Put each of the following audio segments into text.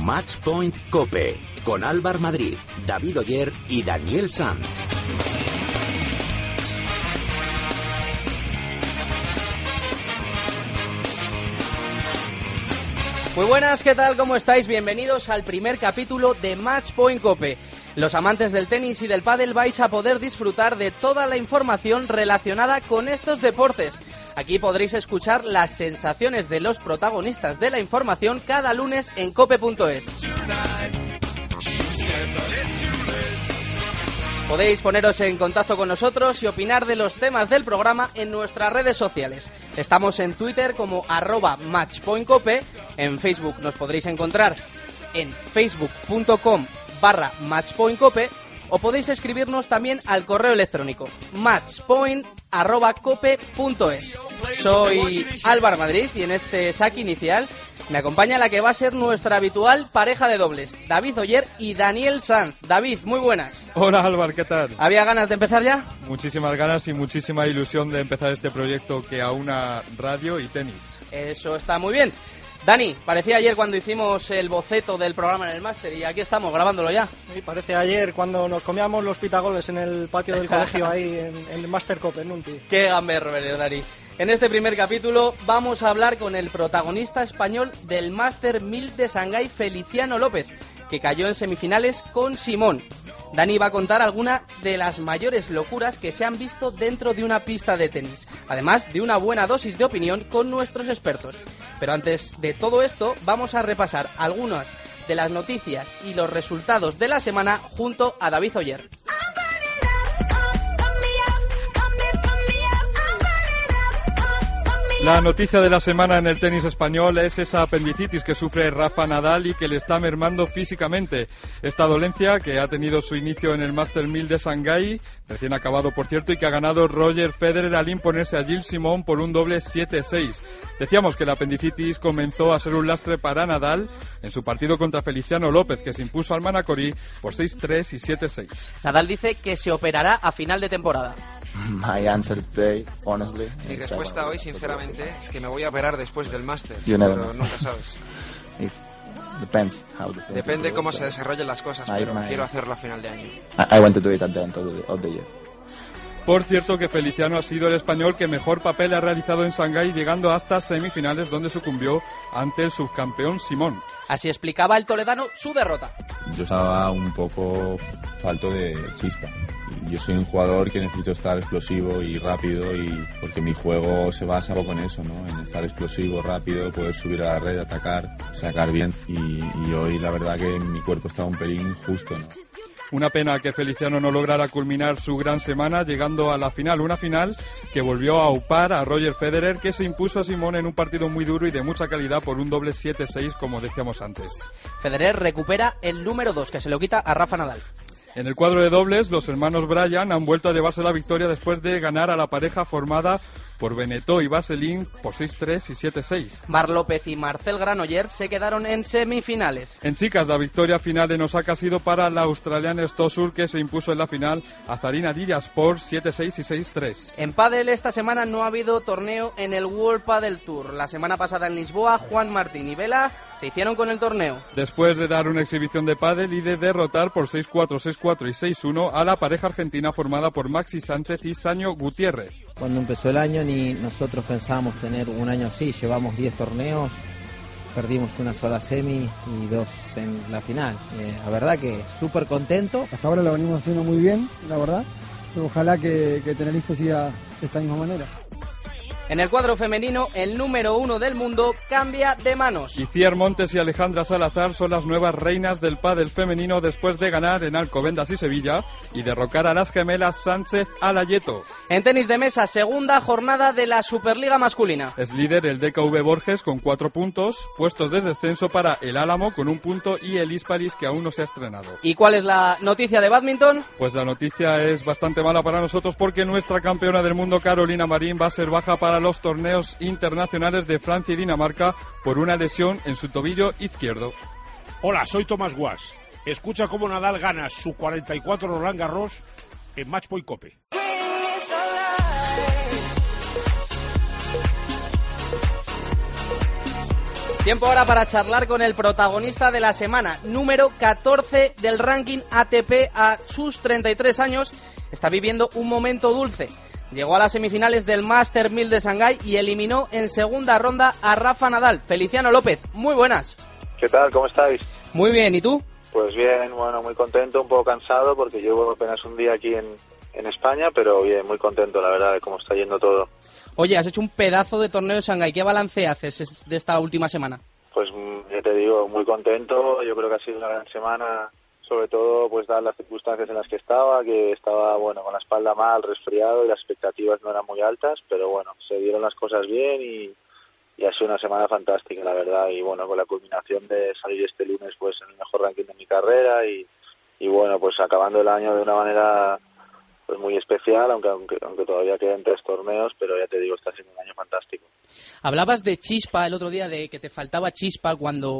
Match Point COPE, con Álvaro Madrid, David Oyer y Daniel Sanz. Muy buenas, ¿qué tal? ¿Cómo estáis? Bienvenidos al primer capítulo de Match Point COPE. Los amantes del tenis y del pádel vais a poder disfrutar de toda la información relacionada con estos deportes. Aquí podréis escuchar las sensaciones de los protagonistas de la información cada lunes en cope.es. Podéis poneros en contacto con nosotros y opinar de los temas del programa en nuestras redes sociales. Estamos en Twitter como @matchpointcope, en Facebook nos podréis encontrar en facebook.com/matchpointcope o podéis escribirnos también al correo electrónico matchpoint@cope.es. Soy Álvaro Madrid y en este saque inicial me acompaña la que va a ser nuestra habitual pareja de dobles, David Oyer y Daniel Sanz. David, muy buenas. Hola Álvaro, ¿qué tal? ¿Había ganas de empezar ya? Muchísimas ganas y muchísima ilusión de empezar este proyecto que aúna radio y tenis. Eso está muy bien. Dani, parecía ayer cuando hicimos el boceto del programa en el máster y aquí estamos grabándolo ya. Sí, parece ayer cuando nos comíamos los pitagoles en el patio del colegio ahí en el Master Cope, en Nunti. Qué gamberro eres, Dani. En este primer capítulo vamos a hablar con el protagonista español del Master 1000 de Shanghái, Feliciano López, que cayó en semifinales con Simón. Dani va a contar algunas de las mayores locuras que se han visto dentro de una pista de tenis, además de una buena dosis de opinión con nuestros expertos. Pero antes de todo esto, vamos a repasar algunas de las noticias y los resultados de la semana junto a David Oyer. La noticia de la semana en el tenis español es esa apendicitis que sufre Rafa Nadal y que le está mermando físicamente. Esta dolencia, que ha tenido su inicio en el Master 1000 de Shanghái, recién acabado por cierto, y que ha ganado Roger Federer al imponerse a Gilles Simon por un doble 7-6. Decíamos que la apendicitis comenzó a ser un lastre para Nadal en su partido contra Feliciano López, que se impuso al Manacorí por 6-3 y 7-6. Nadal dice que se operará a final de temporada. My answer today, honestly. Mi respuesta hoy, sinceramente, es que me voy a operar después del máster, pero nunca sabes. Depende cómo se desarrollen las cosas, pero quiero hacerlo a final de año. I want to do it at the end of the year. Por cierto que Feliciano ha sido el español que mejor papel ha realizado en Shanghái, llegando hasta semifinales donde sucumbió ante el subcampeón Simón. Así explicaba el toledano su derrota. Yo estaba un poco falto de chispa. Yo soy un jugador que necesito estar explosivo y rápido, y porque mi juego se basa un poco en eso, ¿no? En estar explosivo, rápido, poder subir a la red, atacar, sacar bien. Y hoy la verdad que mi cuerpo estaba un pelín justo, ¿no? Una pena que Feliciano no lograra culminar su gran semana llegando a la final, una final que volvió a aupar a Roger Federer, que se impuso a Simón en un partido muy duro y de mucha calidad por un doble 7-6, como decíamos antes. Federer recupera el número 2, que se lo quita a Rafa Nadal. En el cuadro de dobles, los hermanos Bryan han vuelto a llevarse la victoria después de ganar a la pareja formada por Benetó y Vaselín por 6-3 y 7-6. Mar López y Marcel Granollers se quedaron en semifinales. En chicas, la victoria final en Osaka ha sido para la australiana Stosur, que se impuso en la final a Zarina Díaz por 7-6 y 6-3. En pádel esta semana no ha habido torneo en el World Padel Tour. La semana pasada en Lisboa, Juan Martín y Vela se hicieron con el torneo. Después de dar una exhibición de pádel y de derrotar por 6-4, 6-4 y 6-1 a la pareja argentina formada por Maxi Sánchez y Saño Gutiérrez. Cuando empezó el año ni nosotros pensábamos tener un año así, llevamos 10 torneos, perdimos una sola semi y 2 en la final. La verdad que súper contento. Hasta ahora lo venimos haciendo muy bien, la verdad, pero ojalá que Tenerife siga de esta misma manera. En el cuadro femenino, el número 1 del mundo cambia de manos. Iciar Montes y Alejandra Salazar son las nuevas reinas del pádel femenino después de ganar en Alcobendas y Sevilla y derrocar a las gemelas Sánchez Alayeto. En tenis de mesa, segunda jornada de la Superliga masculina. Es líder el DKV Borges con 4 puntos, puestos de descenso para el Álamo con 1 punto y el Hispalis, que aún no se ha estrenado. ¿Y cuál es la noticia de bádminton? Pues la noticia es bastante mala para nosotros porque nuestra campeona del mundo, Carolina Marín, va a ser baja para los torneos internacionales de Francia y Dinamarca por una lesión en su tobillo izquierdo. Hola, soy Tomás Guas. Escucha cómo Nadal gana su 44 Roland Garros en Match Point COPE. Tiempo ahora para charlar con el protagonista de la semana, número 14 del ranking ATP a sus 33 años. Está viviendo un momento dulce. Llegó a las semifinales del Master 1000 de Shanghái y eliminó en segunda ronda a Rafa Nadal. Feliciano López, muy buenas. ¿Qué tal? ¿Cómo estáis? Muy bien, ¿y tú? Pues bien, bueno, muy contento, un poco cansado porque llevo apenas un día aquí en España, pero bien, muy contento, la verdad, de cómo está yendo todo. Oye, has hecho un pedazo de torneo en Shanghái. ¿Qué balance haces de esta última semana? Pues ya te digo, muy contento. Yo creo que ha sido una gran semana, sobre todo pues dadas las circunstancias en las que estaba, bueno, con la espalda mal, resfriado y las expectativas no eran muy altas, pero bueno, se dieron las cosas bien y ha sido una semana fantástica, la verdad, y bueno, con la culminación de salir este lunes pues en el mejor ranking de mi carrera y bueno, pues acabando el año de una manera pues muy especial, aunque todavía quedan 3 torneos, pero ya te digo, está siendo un año fantástico. Hablabas de chispa el otro día, de que te faltaba chispa cuando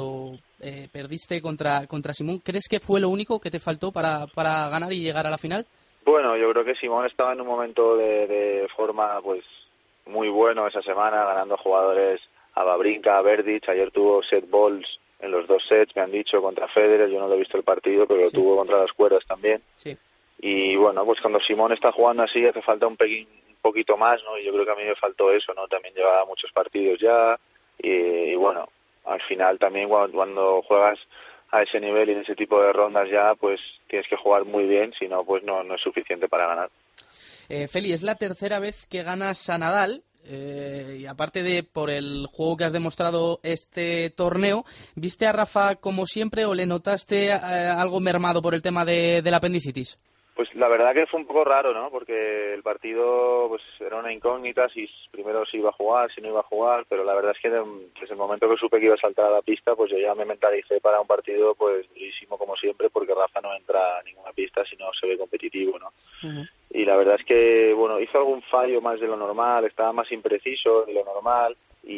perdiste contra Simón. ¿Crees que fue lo único que te faltó para ganar y llegar a la final? Bueno, yo creo que Simón estaba en un momento de forma pues muy bueno esa semana, ganando jugadores a Wawrinka, a Berdych. Ayer tuvo set balls en los 2 sets, me han dicho, contra Federer. Yo no lo he visto el partido, pero lo tuvo contra las cuerdas también. Sí. Y bueno, pues cuando Simón está jugando así hace falta un poquito más, ¿no? Y yo creo que a mí me faltó eso, ¿no? También llevaba muchos partidos ya y bueno, al final también cuando juegas a ese nivel y en ese tipo de rondas ya, pues tienes que jugar muy bien, si no, pues no es suficiente para ganar. Feli, es la tercera vez que ganas a Nadal. Y aparte de por el juego que has demostrado este torneo, ¿viste a Rafa como siempre o le notaste algo mermado por el tema de la apendicitis? Pues la verdad que fue un poco raro, ¿no? Porque el partido pues era una incógnita, si primero si iba a jugar, si no iba a jugar, pero la verdad es que desde el momento que supe que iba a saltar a la pista, pues yo ya me mentalicé para un partido pues durísimo como siempre, porque Rafa no entra a ninguna pista si no se ve competitivo, ¿no? Uh-huh. Y la verdad es que, bueno, hizo algún fallo más de lo normal, estaba más impreciso de lo normal,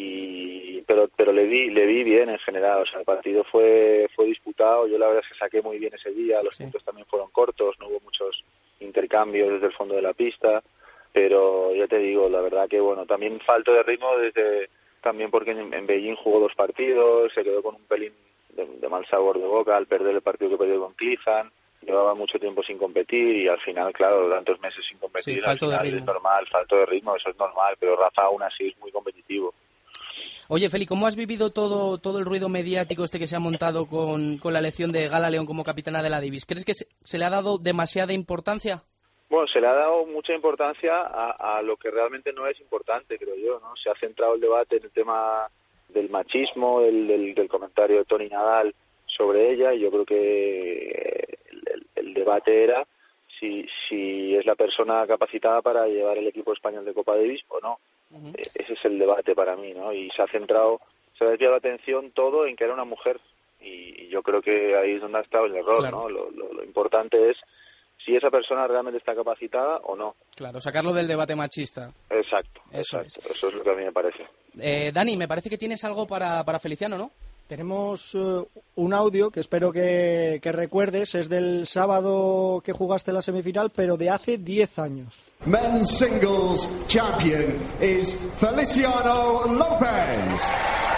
pero le vi bien en general. O sea, el partido fue disputado. Yo la verdad es que saqué muy bien ese día, los puntos también fueron cortos, no hubo muchos intercambios desde el fondo de la pista, pero ya te digo, la verdad que bueno, también falto de ritmo también porque en Beijing jugó 2 partidos, se quedó con un pelín de mal sabor de boca al perder el partido que perdió con Clizan. Llevaba mucho tiempo sin competir y al final, claro, tantos meses sin competir, al final es normal, falto de ritmo, eso es normal, pero Rafa aún así es muy competitivo. Oye, Feli, ¿cómo has vivido todo el ruido mediático que se ha montado con la elección de Gala León como capitana de la Davis? ¿Crees que se le ha dado demasiada importancia? Bueno, se le ha dado mucha importancia a lo que realmente no es importante, creo yo, ¿no? Se ha centrado el debate en el tema del machismo, del comentario de Toni Nadal sobre ella, y yo creo que el debate era si es la persona capacitada para llevar el equipo español de Copa Davis o no. Uh-huh. Ese es el debate para mí, ¿no? Y se ha desviado la atención todo en que era una mujer, y yo creo que ahí es donde ha estado el error, claro. ¿no? Lo importante es si esa persona realmente está capacitada o no. Claro, sacarlo del debate machista. Exacto. Eso es lo que a mí me parece. Dani, me parece que tienes algo para Feliciano, ¿no? Tenemos un audio que espero que recuerdes, es del sábado que jugaste la semifinal, pero de hace 10 años. Men's Singles Champion is Feliciano López.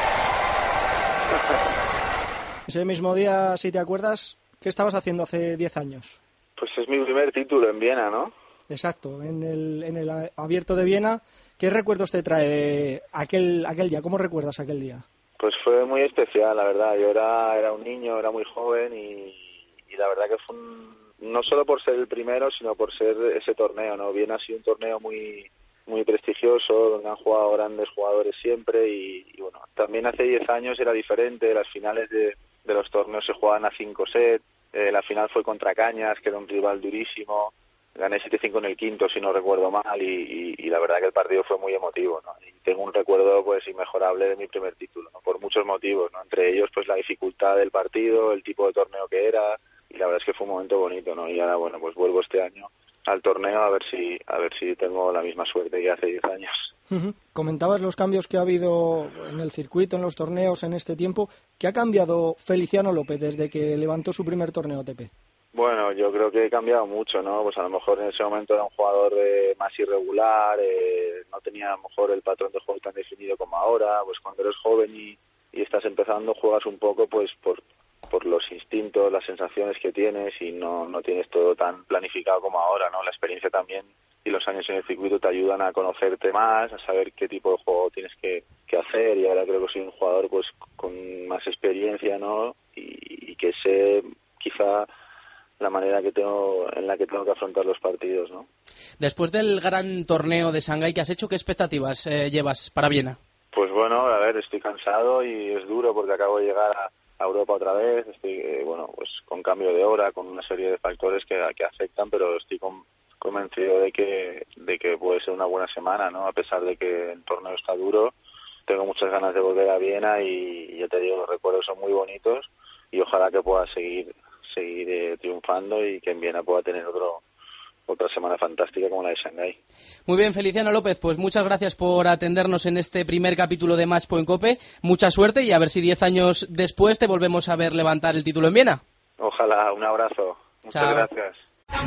Ese mismo día, si te acuerdas, ¿qué estabas haciendo hace 10 años? Pues es mi primer título en Viena, ¿no? Exacto, en el Abierto de Viena. ¿Qué recuerdos te trae de aquel día? ¿Cómo recuerdas aquel día? Pues fue muy especial, la verdad. Yo era un niño, era muy joven y la verdad que fue no solo por ser el primero, sino por ser ese torneo, ¿no? Viena ha sido un torneo muy muy prestigioso, donde han jugado grandes jugadores siempre y bueno, también hace 10 años era diferente. Las finales de los torneos se jugaban a 5 sets. La final fue contra Cañas, que era un rival durísimo. Gané 7-5 en el quinto, si no recuerdo mal, y la verdad que el partido fue muy emotivo, ¿no? Y tengo un recuerdo pues inmejorable de mi primer título, ¿no? Por muchos motivos, ¿no? Entre ellos pues la dificultad del partido, el tipo de torneo que era, y la verdad es que fue un momento bonito, ¿no? Y ahora bueno, pues vuelvo este año al torneo a ver si tengo la misma suerte que hace 10 años. Uh-huh. Comentabas los cambios que ha habido en el circuito, en los torneos en este tiempo. ¿Qué ha cambiado Feliciano López desde que levantó su primer torneo ATP? Bueno, yo creo que he cambiado mucho, ¿no? Pues a lo mejor en ese momento era un jugador más irregular, no tenía a lo mejor el patrón de juego tan definido como ahora. Pues cuando eres joven y estás empezando, juegas un poco pues por los instintos, las sensaciones que tienes y no tienes todo tan planificado como ahora, ¿no? La experiencia también y los años en el circuito te ayudan a conocerte más, a saber qué tipo de juego tienes que hacer, y ahora creo que soy un jugador pues con más experiencia, ¿no? Y que sé quizá la manera en la que tengo que afrontar los partidos, ¿no? Después del gran torneo de Shanghái que has hecho, ¿qué expectativas llevas para Viena? Pues bueno, a ver, estoy cansado y es duro porque acabo de llegar a Europa otra vez, estoy pues con cambio de hora, con una serie de factores que afectan, pero estoy convencido de que puede ser una buena semana, ¿no? A pesar de que el torneo está duro, tengo muchas ganas de volver a Viena y ya te digo, los recuerdos son muy bonitos y ojalá que pueda seguir triunfando y que en Viena pueda tener otra semana fantástica como la de Shanghái. Muy bien, Feliciano López, pues muchas gracias por atendernos en este primer capítulo de Match Point Cope. Mucha suerte y a ver si 10 años después te volvemos a ver levantar el título en Viena. Ojalá, un abrazo. Muchas Chao. Gracias.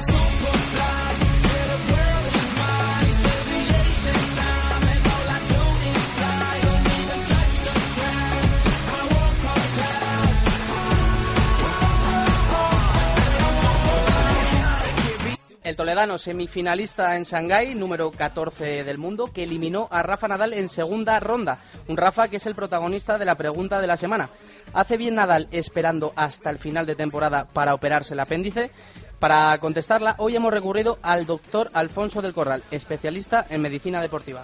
El toledano, semifinalista en Shanghái, número 14 del mundo, que eliminó a Rafa Nadal en segunda ronda. Un Rafa que es el protagonista de la pregunta de la semana. ¿Hace bien Nadal esperando hasta el final de temporada para operarse el apéndice? Para contestarla, hoy hemos recurrido al doctor Alfonso del Corral, especialista en medicina deportiva.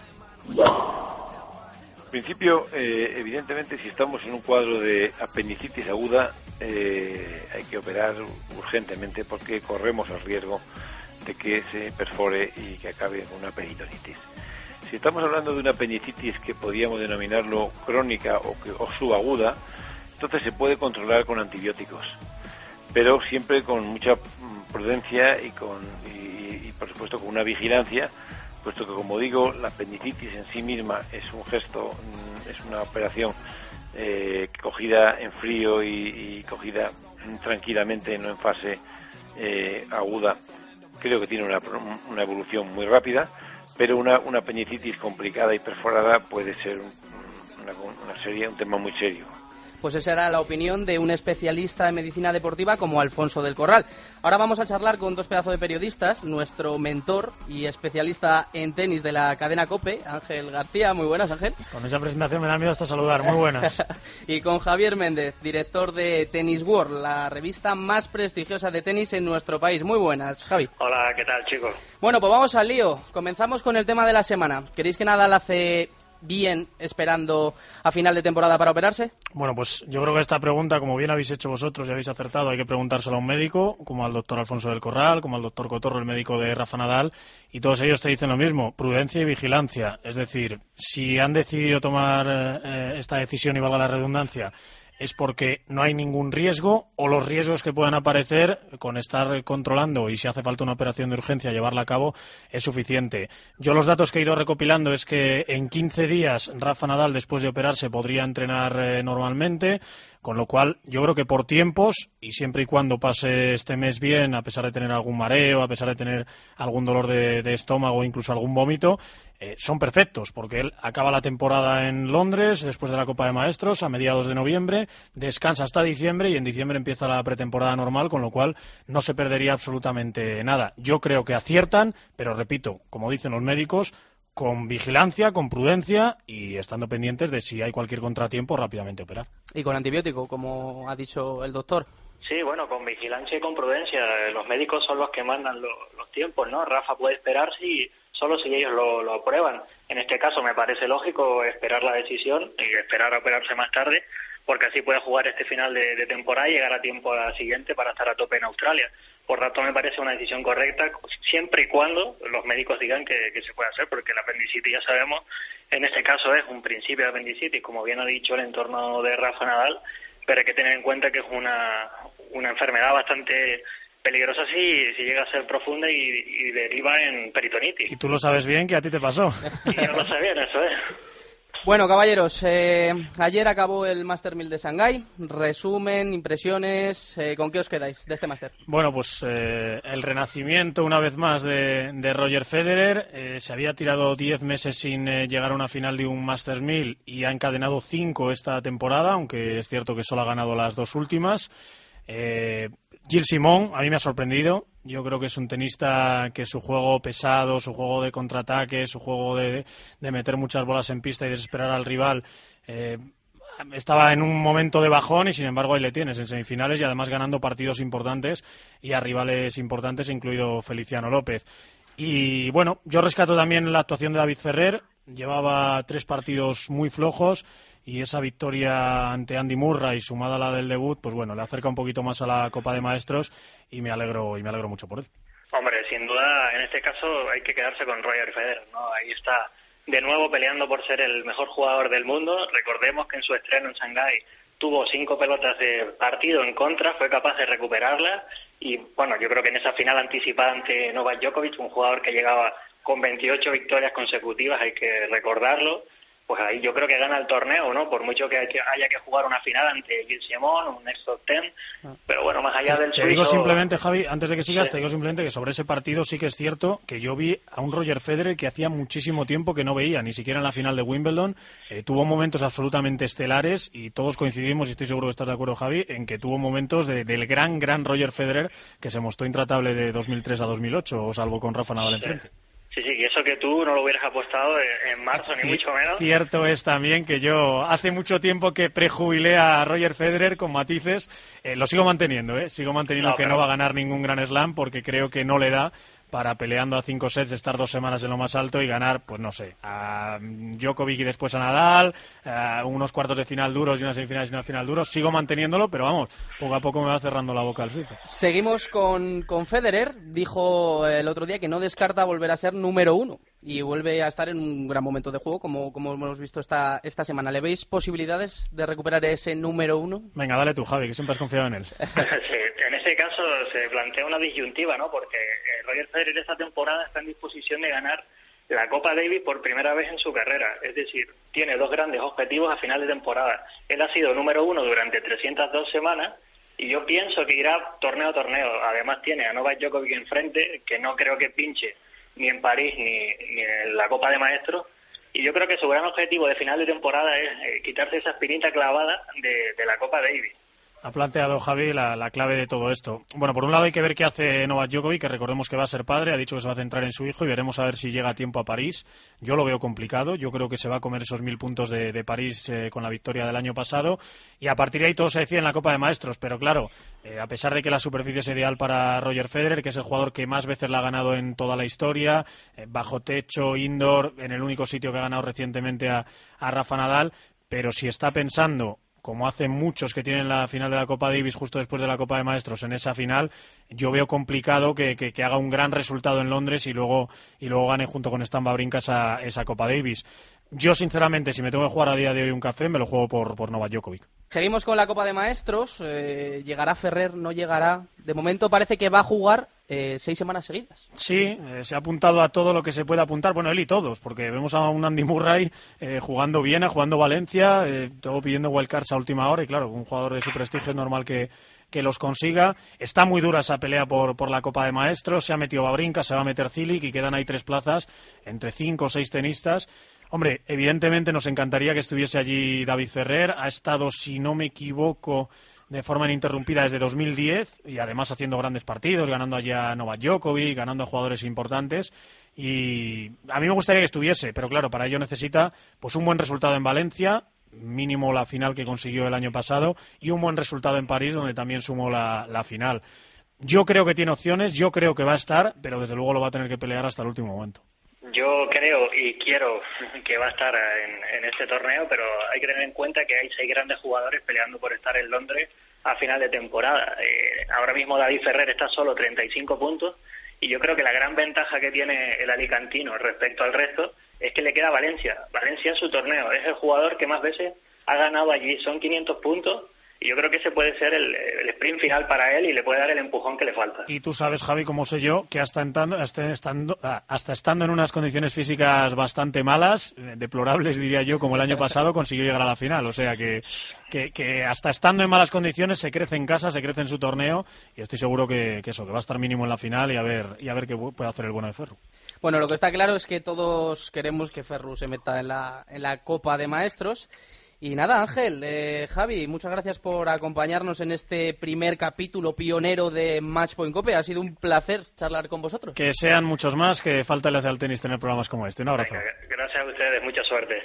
En principio, evidentemente, si estamos en un cuadro de apendicitis aguda, hay que operar urgentemente porque corremos el riesgo de que se perfore y que acabe con una peritonitis. Si estamos hablando de una apendicitis que podríamos denominarlo crónica o subaguda, entonces se puede controlar con antibióticos, pero siempre con mucha prudencia y por supuesto con una vigilancia, puesto que, como digo, la apendicitis en sí misma es un gesto, es una operación cogida en frío y cogida tranquilamente, no en fase aguda. Creo que tiene una evolución muy rápida, pero una apendicitis complicada y perforada puede ser un tema muy serio. Pues esa era la opinión de un especialista en medicina deportiva como Alfonso del Corral. Ahora vamos a charlar con dos pedazos de periodistas, nuestro mentor y especialista en tenis de la cadena COPE, Ángel García. Muy buenas, Ángel. Con esa presentación me da miedo hasta saludar. Muy buenas. Y con Javier Méndez, director de Tennis World, la revista más prestigiosa de tenis en nuestro país. Muy buenas, Javi. Hola, ¿qué tal, chicos? Bueno, pues vamos al lío. Comenzamos con el tema de la semana. ¿Queréis que Nadal hace bien esperando a final de temporada para operarse? Bueno, pues yo creo que esta pregunta, como bien habéis hecho vosotros y habéis acertado, hay que preguntárselo a un médico, como al doctor Alfonso del Corral, como al doctor Cotorro, el médico de Rafa Nadal, y todos ellos te dicen lo mismo, prudencia y vigilancia. Es decir, si han decidido tomar esta decisión, y valga la redundancia, es porque no hay ningún riesgo, o los riesgos que puedan aparecer con estar controlando, y si hace falta una operación de urgencia llevarla a cabo, es suficiente. Yo los datos que he ido recopilando es que en 15 días Rafa Nadal, después de operarse, podría entrenar normalmente, con lo cual yo creo que por tiempos, y siempre y cuando pase este mes bien, a pesar de tener algún mareo, a pesar de tener algún dolor de estómago o incluso algún vómito, son perfectos, porque él acaba la temporada en Londres después de la Copa de Maestros a mediados de noviembre, descansa hasta diciembre y en diciembre empieza la pretemporada normal, con lo cual no se perdería absolutamente nada. Yo creo que aciertan, pero repito, como dicen los médicos, con vigilancia, con prudencia y estando pendientes de si hay cualquier contratiempo, rápidamente operar. Y con antibiótico, como ha dicho el doctor. Sí, bueno, con vigilancia y con prudencia. Los médicos son los que mandan los tiempos, ¿no? Rafa puede esperarse y solo si ellos lo aprueban. En este caso me parece lógico esperar la decisión y esperar a operarse más tarde, porque así puede jugar este final de temporada y llegar a tiempo a la siguiente para estar a tope en Australia. Por tanto, me parece una decisión correcta, siempre y cuando los médicos digan que se puede hacer, porque la apendicitis, ya sabemos, en este caso es un principio de apendicitis, como bien ha dicho el entorno de Rafa Nadal, pero hay que tener en cuenta que es una enfermedad bastante peligrosa si llega a ser profunda y deriva en peritonitis. Y tú lo sabes bien, que a ti te pasó. Y yo lo sé bien, eso es. Bueno, caballeros, ayer acabó el Master 1000 de Shanghái. Resumen, impresiones, ¿con qué os quedáis de este Master? Bueno, pues el renacimiento una vez más de Roger Federer. Se había tirado 10 meses sin llegar a una final de un Masters 1000 y ha encadenado 5 esta temporada, aunque es cierto que solo ha ganado las 2 últimas. Gilles Simon a mí me ha sorprendido. Yo creo que es un tenista que su juego pesado, su juego de contraataque, su juego de meter muchas bolas en pista y desesperar al rival, estaba en un momento de bajón y sin embargo ahí le tienes en semifinales y además ganando partidos importantes y a rivales importantes, incluido Feliciano López. Y bueno, yo rescato también la actuación de David Ferrer. Llevaba 3 partidos muy flojos y esa victoria ante Andy Murray sumada a la del debut, pues bueno, le acerca un poquito más a la Copa de Maestros y me alegro mucho por él. Hombre, sin duda, en este caso hay que quedarse con Roger Federer, ¿no? Ahí está de nuevo peleando por ser el mejor jugador del mundo. Recordemos que en su estreno en Shanghái tuvo 5 pelotas de partido en contra, fue capaz de recuperarlas y bueno, yo creo que en esa final anticipada ante Novak Djokovic, un jugador que llegaba con 28 victorias consecutivas, hay que recordarlo, pues ahí yo creo que gana el torneo, ¿no? Por mucho que haya que jugar una final ante Gilles Simon, un ex top 10, pero bueno, más allá del suizo... Te digo simplemente, Javi, antes de que sigas, te digo simplemente que sobre ese partido sí que es cierto que yo vi a un Roger Federer que hacía muchísimo tiempo que no veía, ni siquiera en la final de Wimbledon. Tuvo momentos absolutamente estelares y todos coincidimos, y estoy seguro que estás de acuerdo, Javi, en que tuvo momentos del gran Roger Federer que se mostró intratable de 2003 a 2008, o salvo con Rafa Nadal enfrente. Sí, y eso que tú no lo hubieras apostado en marzo, ni mucho menos. Cierto es también que yo hace mucho tiempo que prejubilé a Roger Federer con matices. Lo sigo manteniendo, sigo manteniendo que no va a ganar ningún Grand Slam porque creo que no le da para peleando a 5 sets, estar 2 semanas en lo más alto y ganar, pues no sé, a Djokovic y después a Nadal, unos cuartos de final duros y unas semifinales y una final duros. Sigo manteniéndolo, pero vamos, poco a poco me va cerrando la boca al suizo. Seguimos con Federer. Dijo el otro día que no descarta volver a ser número 1 y vuelve a estar en un gran momento de juego, como hemos visto esta semana. ¿Le veis posibilidades de recuperar ese número 1? Venga, dale tú, Javi, que siempre has confiado en él. Sí, en ese caso se plantea una disyuntiva, ¿no? Porque Roger Federer esta temporada está en disposición de ganar la Copa Davis por primera vez en su carrera. Es decir, tiene 2 grandes objetivos a final de temporada. Él ha sido número 1 durante 302 semanas y yo pienso que irá torneo a torneo. Además tiene a Novak Djokovic enfrente, que no creo que pinche ni en París ni en la Copa de Maestros. Y yo creo que su gran objetivo de final de temporada es quitarse esa espinita clavada de la Copa Davis. Ha planteado Javi la clave de todo esto. Bueno, por un lado hay que ver qué hace Novak Djokovic, que recordemos que va a ser padre, ha dicho que se va a centrar en su hijo y veremos a ver si llega a tiempo a París. Yo lo veo complicado, yo creo que se va a comer esos 1000 puntos de París con la victoria del año pasado y a partir de ahí todo se decide en la Copa de Maestros, pero claro, a pesar de que la superficie es ideal para Roger Federer, que es el jugador que más veces la ha ganado en toda la historia, bajo techo, indoor, en el único sitio que ha ganado recientemente a Rafa Nadal, pero si está pensando, como hacen muchos que tienen la final de la Copa Davis justo después de la Copa de Maestros en esa final, yo veo complicado que haga un gran resultado en Londres y luego gane junto con Stan Wawrinka esa Copa Davis. Yo, sinceramente, si me tengo que jugar a día de hoy un café, me lo juego por Novak Djokovic. Seguimos con la Copa de Maestros. ¿Llegará Ferrer? ¿No llegará? De momento parece que va a jugar 6 semanas seguidas. Sí, se ha apuntado a todo lo que se puede apuntar. Bueno, él y todos, porque vemos a un Andy Murray jugando Viena, jugando Valencia, todo pidiendo wildcards a última hora. Y claro, un jugador de su prestigio es normal que los consiga. Está muy dura esa pelea por la Copa de Maestros. Se ha metido Wawrinka, se va a meter Cilic y quedan ahí 3 plazas entre 5 o 6 tenistas. Hombre, evidentemente nos encantaría que estuviese allí David Ferrer. Ha estado, si no me equivoco, de forma ininterrumpida desde 2010 y además haciendo grandes partidos, ganando allá a Novak Djokovic, ganando a jugadores importantes. Y a mí me gustaría que estuviese, pero claro, para ello necesita pues un buen resultado en Valencia, mínimo la final que consiguió el año pasado, y un buen resultado en París, donde también sumó la final. Yo creo que tiene opciones, yo creo que va a estar, pero desde luego lo va a tener que pelear hasta el último momento. Yo creo y quiero que va a estar en este torneo, pero hay que tener en cuenta que hay 6 grandes jugadores peleando por estar en Londres a final de temporada. Ahora mismo David Ferrer está solo 35 puntos y yo creo que la gran ventaja que tiene el alicantino respecto al resto es que le queda Valencia. Valencia es su torneo, es el jugador que más veces ha ganado allí, son 500 puntos Y yo creo que ese puede ser el sprint final para él y le puede dar el empujón que le falta. Y tú sabes, Javi, como sé yo, que hasta estando en unas condiciones físicas bastante malas, deplorables diría yo, como el año pasado, consiguió llegar a la final. O sea que hasta estando en malas condiciones se crece en casa, se crece en su torneo, y estoy seguro que va a estar mínimo en la final y a ver qué puede hacer el bueno de Ferru. Bueno, lo que está claro es que todos queremos que Ferru se meta en la Copa de Maestros. Y nada, Ángel, Javi, muchas gracias por acompañarnos en este primer capítulo pionero de Matchpoint Cope. Ha sido un placer charlar con vosotros. Que sean muchos más, que falta le hace al tenis tener programas como este. Un abrazo. Gracias a ustedes, mucha suerte.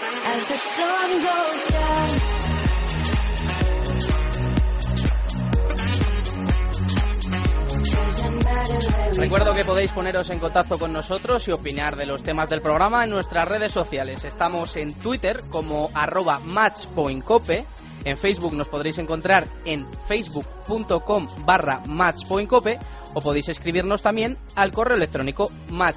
Recuerdo que podéis poneros en contacto con nosotros y opinar de los temas del programa en nuestras redes sociales. Estamos en Twitter como @matchpointcope. En Facebook nos podréis encontrar en facebook.com/matchpointcope o podéis escribirnos también al correo electrónico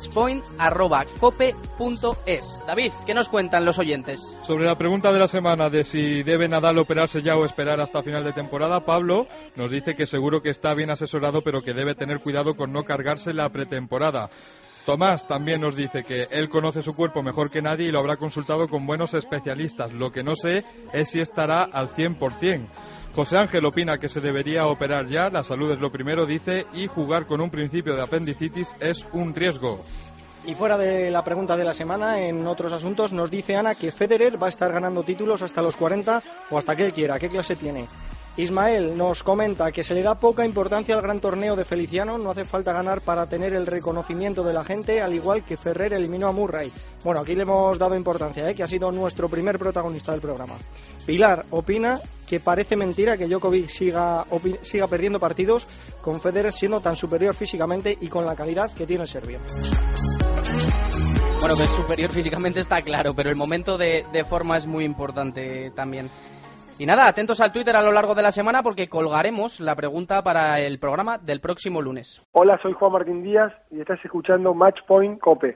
matchpoint@cope.es. David, ¿qué nos cuentan los oyentes? Sobre la pregunta de la semana de si debe Nadal operarse ya o esperar hasta final de temporada, Pablo nos dice que seguro que está bien asesorado, pero que debe tener cuidado con no cargarse la pretemporada. Tomás también nos dice que él conoce su cuerpo mejor que nadie y lo habrá consultado con buenos especialistas. Lo que no sé es si estará al 100%. José Ángel opina que se debería operar ya, la salud es lo primero, dice, y jugar con un principio de apendicitis es un riesgo. Y fuera de la pregunta de la semana, en otros asuntos, nos dice Ana que Federer va a estar ganando títulos hasta los 40 o hasta que él quiera. ¿Qué clase tiene? Ismael nos comenta que se le da poca importancia al gran torneo de Feliciano, no hace falta ganar para tener el reconocimiento de la gente, al igual que Ferrer eliminó a Murray. Bueno, aquí le hemos dado importancia, que ha sido nuestro primer protagonista del programa. Pilar opina que parece mentira que Djokovic siga perdiendo partidos con Federer siendo tan superior físicamente y con la calidad que tiene el serbio. Bueno, que es superior físicamente está claro, pero el momento de forma es muy importante también. Y nada, atentos al Twitter a lo largo de la semana porque colgaremos la pregunta para el programa del próximo lunes. Hola, soy Juan Martín Díaz y estás escuchando Matchpoint Cope.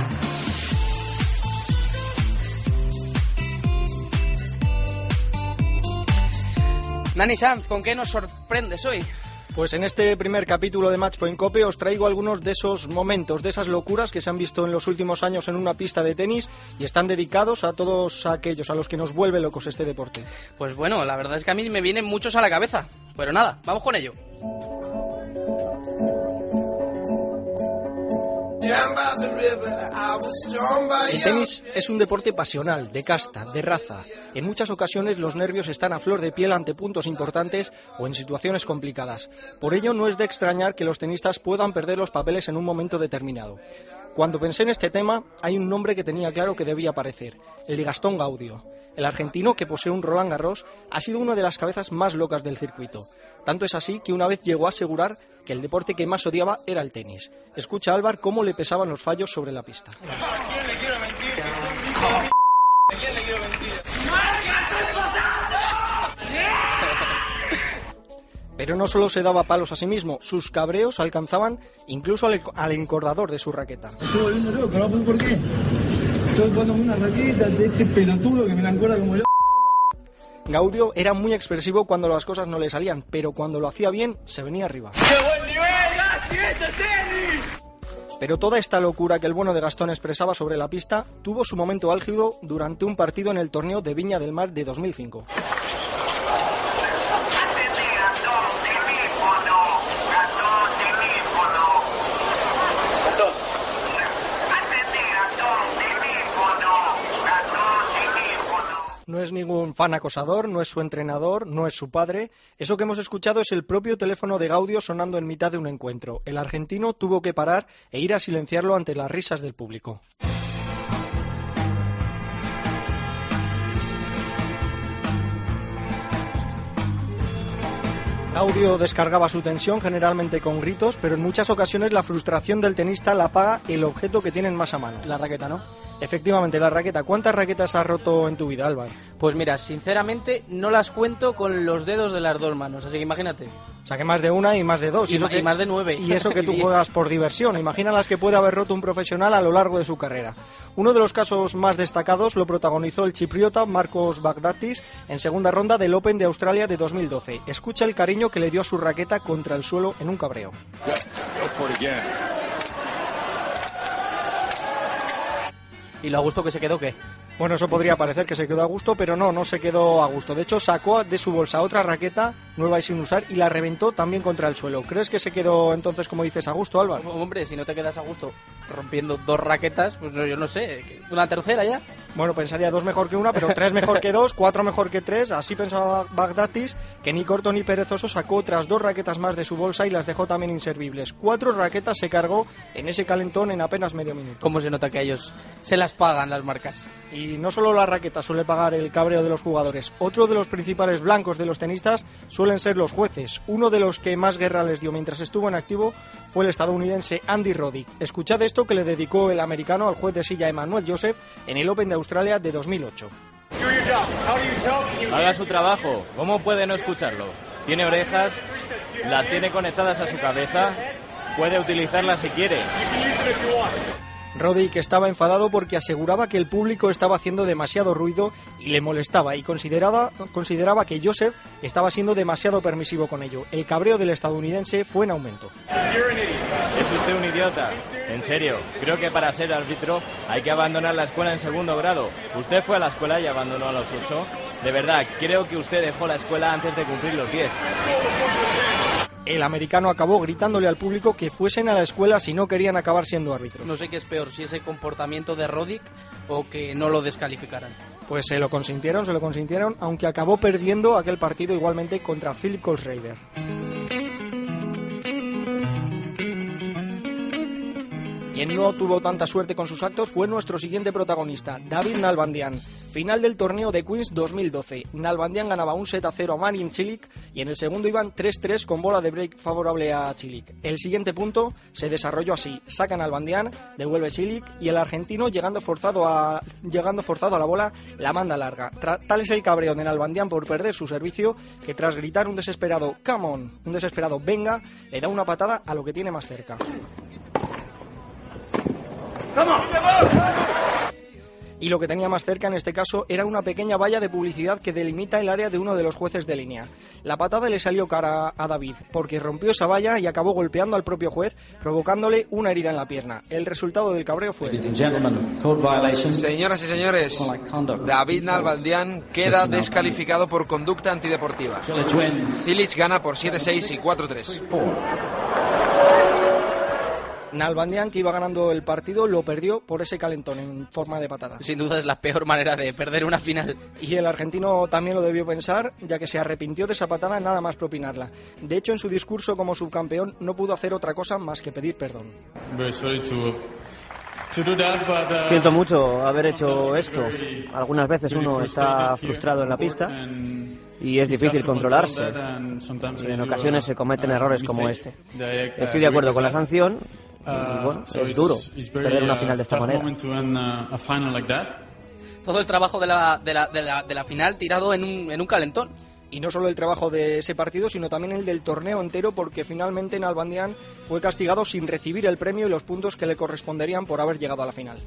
Nani Sanz, ¿con qué nos sorprendes hoy? Pues en este primer capítulo de Matchpoint Cope os traigo algunos de esos momentos, de esas locuras que se han visto en los últimos años en una pista de tenis y están dedicados a todos aquellos a los que nos vuelve locos este deporte. Pues bueno, la verdad es que a mí me vienen muchos a la cabeza, pero nada, vamos con ello. El tenis es un deporte pasional, de casta, de raza. En muchas ocasiones los nervios están a flor de piel ante puntos importantes o en situaciones complicadas. Por ello no es de extrañar que los tenistas puedan perder los papeles en un momento determinado. Cuando pensé en este tema, hay un nombre que tenía claro que debía aparecer, el de Gastón Gaudio. El argentino, que posee un Roland Garros, ha sido una de las cabezas más locas del circuito. Tanto es así que una vez llegó a asegurar que el deporte que más odiaba era el tenis. Escucha, Álvaro, cómo le pesaban los fallos sobre la pista. ¿A quién le quiero mentir? ¿A quién le quiero mentir? Pero no solo se daba palos a sí mismo, sus cabreos alcanzaban incluso al encordador de su raqueta. Estoy volviendo loco, ¿no? ¿Por qué? Estoy jugando una raqueta de este pelotudo que me la encuerda como el... Gaudio era muy expresivo cuando las cosas no le salían, pero cuando lo hacía bien, se venía arriba. ¡Qué buen nivel, Gassi! ¡Este tenis! Pero toda esta locura que el bueno de Gastón expresaba sobre la pista tuvo su momento álgido durante un partido en el torneo de Viña del Mar de 2005. No es ningún fan acosador, no es su entrenador, no es su padre. Eso que hemos escuchado es el propio teléfono de Gaudio sonando en mitad de un encuentro. El argentino tuvo que parar e ir a silenciarlo ante las risas del público. Gaudio descargaba su tensión generalmente con gritos, pero en muchas ocasiones la frustración del tenista la paga el objeto que tienen más a mano. La raqueta, ¿no? Efectivamente, la raqueta. ¿Cuántas raquetas has roto en tu vida, Álvaro? Pues mira, sinceramente no las cuento con los dedos de las dos manos, así que imagínate. O sea que más de una y más de dos. Y más de 9. Y eso que tú juegas por diversión. Imagina las que puede haber roto un profesional a lo largo de su carrera. Uno de los casos más destacados lo protagonizó el chipriota Marcos Baghdatis en segunda ronda del Open de Australia de 2012. Escucha el cariño que le dio a su raqueta contra el suelo en un cabreo. ¿Y lo a gusto que se quedó qué? Bueno, eso podría parecer que se quedó a gusto, pero no se quedó a gusto. De hecho, sacó de su bolsa otra raqueta nueva y sin usar y la reventó también contra el suelo. ¿Crees que se quedó entonces, como dices, a gusto, Álvaro? Hombre, si no te quedas a gusto rompiendo 2 raquetas, pues yo no sé, ¿una tercera ya? Bueno, pensaría 2 mejor que una, pero 3 mejor que 2, 4 mejor que 3. Así pensaba Baghdatis, que ni corto ni perezoso sacó otras 2 raquetas más de su bolsa y las dejó también inservibles. 4 raquetas se cargó en ese calentón en apenas medio minuto. ¿Cómo se nota que a ellos se las pagan las marcas? Y no solo la raqueta suele pagar el cabreo de los jugadores. Otro de los principales blancos de los tenistas suelen ser los jueces. Uno de los que más guerra les dio mientras estuvo en activo fue el estadounidense Andy Roddick. Escuchad esto que le dedicó el americano al juez de silla Emmanuel Joseph en el Open de Australia de 2008. Haga su trabajo. ¿Cómo puede no escucharlo? Tiene orejas, las tiene conectadas a su cabeza, puede utilizarlas si quiere. Roddick estaba enfadado porque aseguraba que el público estaba haciendo demasiado ruido y le molestaba, y consideraba que Joseph estaba siendo demasiado permisivo con ello. El cabreo del estadounidense fue en aumento. Es usted un idiota. En serio, creo que para ser árbitro hay que abandonar la escuela en segundo grado. Usted fue a la escuela y abandonó a los 8. De verdad, creo que usted dejó la escuela antes de cumplir los 10. El americano acabó gritándole al público que fuesen a la escuela si no querían acabar siendo árbitros. No sé qué es peor, si ese comportamiento de Roddick o que no lo descalificaran. Pues se lo consintieron, aunque acabó perdiendo aquel partido igualmente contra Philip Kohlschreiber. Quien no tuvo tanta suerte con sus actos fue nuestro siguiente protagonista, David Nalbandian. Final del torneo de Queens 2012. Nalbandian ganaba 1-0 a Marin Cilic y en el segundo iban 3-3 con bola de break favorable a Cilic. El siguiente punto se desarrolló así. Saca Nalbandian, devuelve Cilic y el argentino, llegando forzado a la bola, la manda larga. Tal es el cabreo de Nalbandian por perder su servicio que tras gritar un desesperado "come on", un desesperado "venga", le da una patada a lo que tiene más cerca. Y lo que tenía más cerca en este caso era una pequeña valla de publicidad que delimita el área de uno de los jueces de línea. La patada le salió cara a David porque rompió esa valla y acabó golpeando al propio juez, provocándole una herida en la pierna. El resultado del cabreo fue este. Señoras y señores, David Nalbandian queda descalificado por conducta antideportiva. Cilic gana por 7-6 y 4-3. Nalbandian, que iba ganando el partido, lo perdió por ese calentón en forma de patada. Sin duda es la peor manera de perder una final. Y el argentino también lo debió pensar, ya que se arrepintió de esa patada nada más propinarla. De hecho, en su discurso como subcampeón no pudo hacer otra cosa más que pedir perdón. Siento mucho haber hecho esto. Algunas veces uno está frustrado en la pista y es difícil controlarse. Y en ocasiones se cometen errores como este. Estoy de acuerdo con la sanción. Y bueno, es duro perder una final de esta manera. Todo el trabajo de la final tirado en un calentón. Y no solo el trabajo de ese partido, sino también el del torneo entero, porque finalmente Nalbandian fue castigado sin recibir el premio y los puntos que le corresponderían por haber llegado a la final.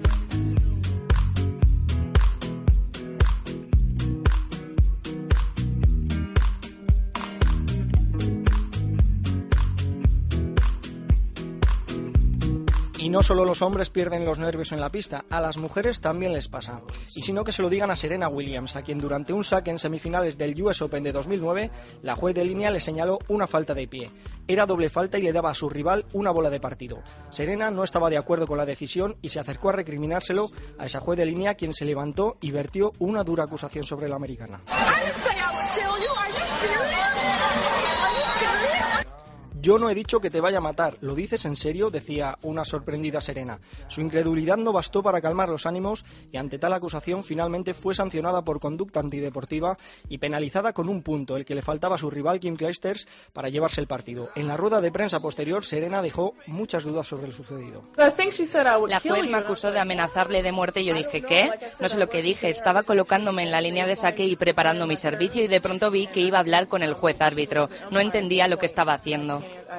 Y no solo los hombres pierden los nervios en la pista, a las mujeres también les pasa. Y si no, que se lo digan a Serena Williams, a quien durante un saque en semifinales del US Open de 2009, la juez de línea le señaló una falta de pie. Era doble falta y le daba a su rival una bola de partido. Serena no estaba de acuerdo con la decisión y se acercó a recriminárselo a esa juez de línea, quien se levantó y vertió una dura acusación sobre la americana. Yo no he dicho que te vaya a matar, ¿lo dices en serio?, decía una sorprendida Serena. Su incredulidad no bastó para calmar los ánimos y ante tal acusación finalmente fue sancionada por conducta antideportiva y penalizada con un punto, el que le faltaba a su rival Kim Clijsters para llevarse el partido. En la rueda de prensa posterior, Serena dejó muchas dudas sobre lo sucedido. La juez me acusó de amenazarle de muerte y yo dije, ¿qué? No sé lo que dije, estaba colocándome en la línea de saque y preparando mi servicio y de pronto vi que iba a hablar con el juez árbitro. No entendía lo que estaba haciendo.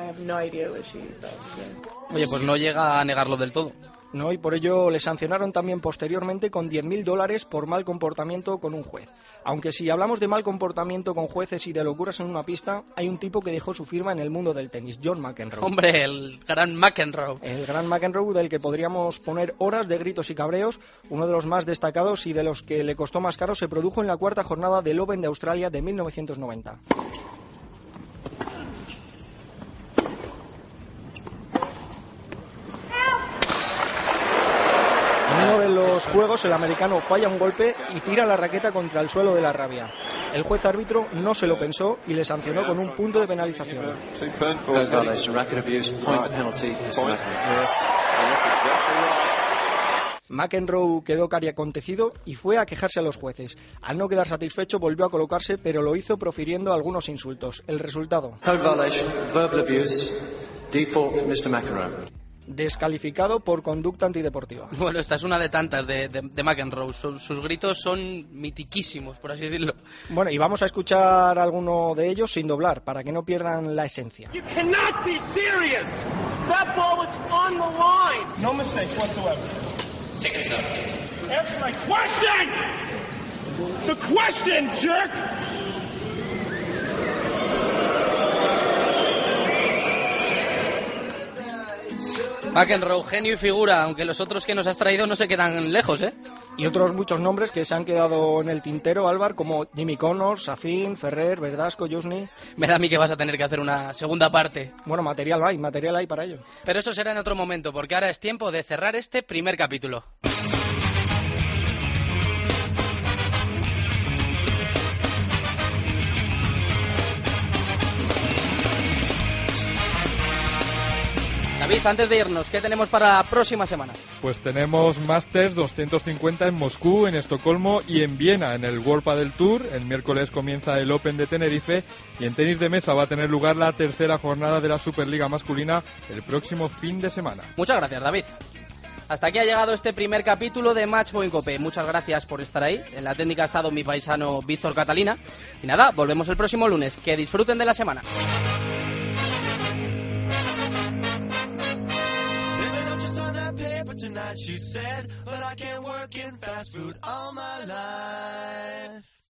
Oye, pues no llega a negarlo del todo. No, y por ello le sancionaron también posteriormente con $10.000 por mal comportamiento con un juez. Aunque si hablamos de mal comportamiento con jueces y de locuras en una pista, hay un tipo que dejó su firma en el mundo del tenis, John McEnroe. Hombre, el gran McEnroe. El gran McEnroe, del que podríamos poner horas de gritos y cabreos. Uno de los más destacados y de los que le costó más caro se produjo en la cuarta jornada del Open de Australia de 1990. En uno de los juegos el americano falla un golpe y tira la raqueta contra el suelo de la rabia. El juez árbitro no se lo pensó y le sancionó con un punto de penalización. McEnroe quedó cariacontecido y fue a quejarse a los jueces. Al no quedar satisfecho volvió a colocarse, pero lo hizo profiriendo algunos insultos. El resultado: descalificado por conducta antideportiva. Bueno, esta es una de tantas de McEnroe. Sus gritos son mitiquísimos, por así decirlo. Bueno, y vamos a escuchar alguno de ellos sin doblar, para que no pierdan la esencia. You cannot be serious. That ball was on the line. No mistakes whatsoever. Second up, please. Answer my question. The question, jerk. McEnroe, genio y figura, aunque los otros que nos has traído no se quedan lejos, ¿eh? Y otros muchos nombres que se han quedado en el tintero, Álvaro, como Jimmy Connors, Safin, Ferrer, Verdasco, Jusni. Me da a mí que vas a tener que hacer una segunda parte. Bueno, material hay para ello. Pero eso será en otro momento, porque ahora es tiempo de cerrar este primer capítulo. David, antes de irnos, ¿qué tenemos para la próxima semana? Pues tenemos Masters 250 en Moscú, en Estocolmo y en Viena, en el World Padel Tour. El miércoles comienza el Open de Tenerife y en tenis de mesa va a tener lugar la tercera jornada de la Superliga masculina el próximo fin de semana. Muchas gracias, David. Hasta aquí ha llegado este primer capítulo de Matchpoint Cope. Muchas gracias por estar ahí. En la técnica ha estado mi paisano Víctor Catalina. Y nada, volvemos el próximo lunes. Que disfruten de la semana. Tonight she said, but I can't work in fast food all my life.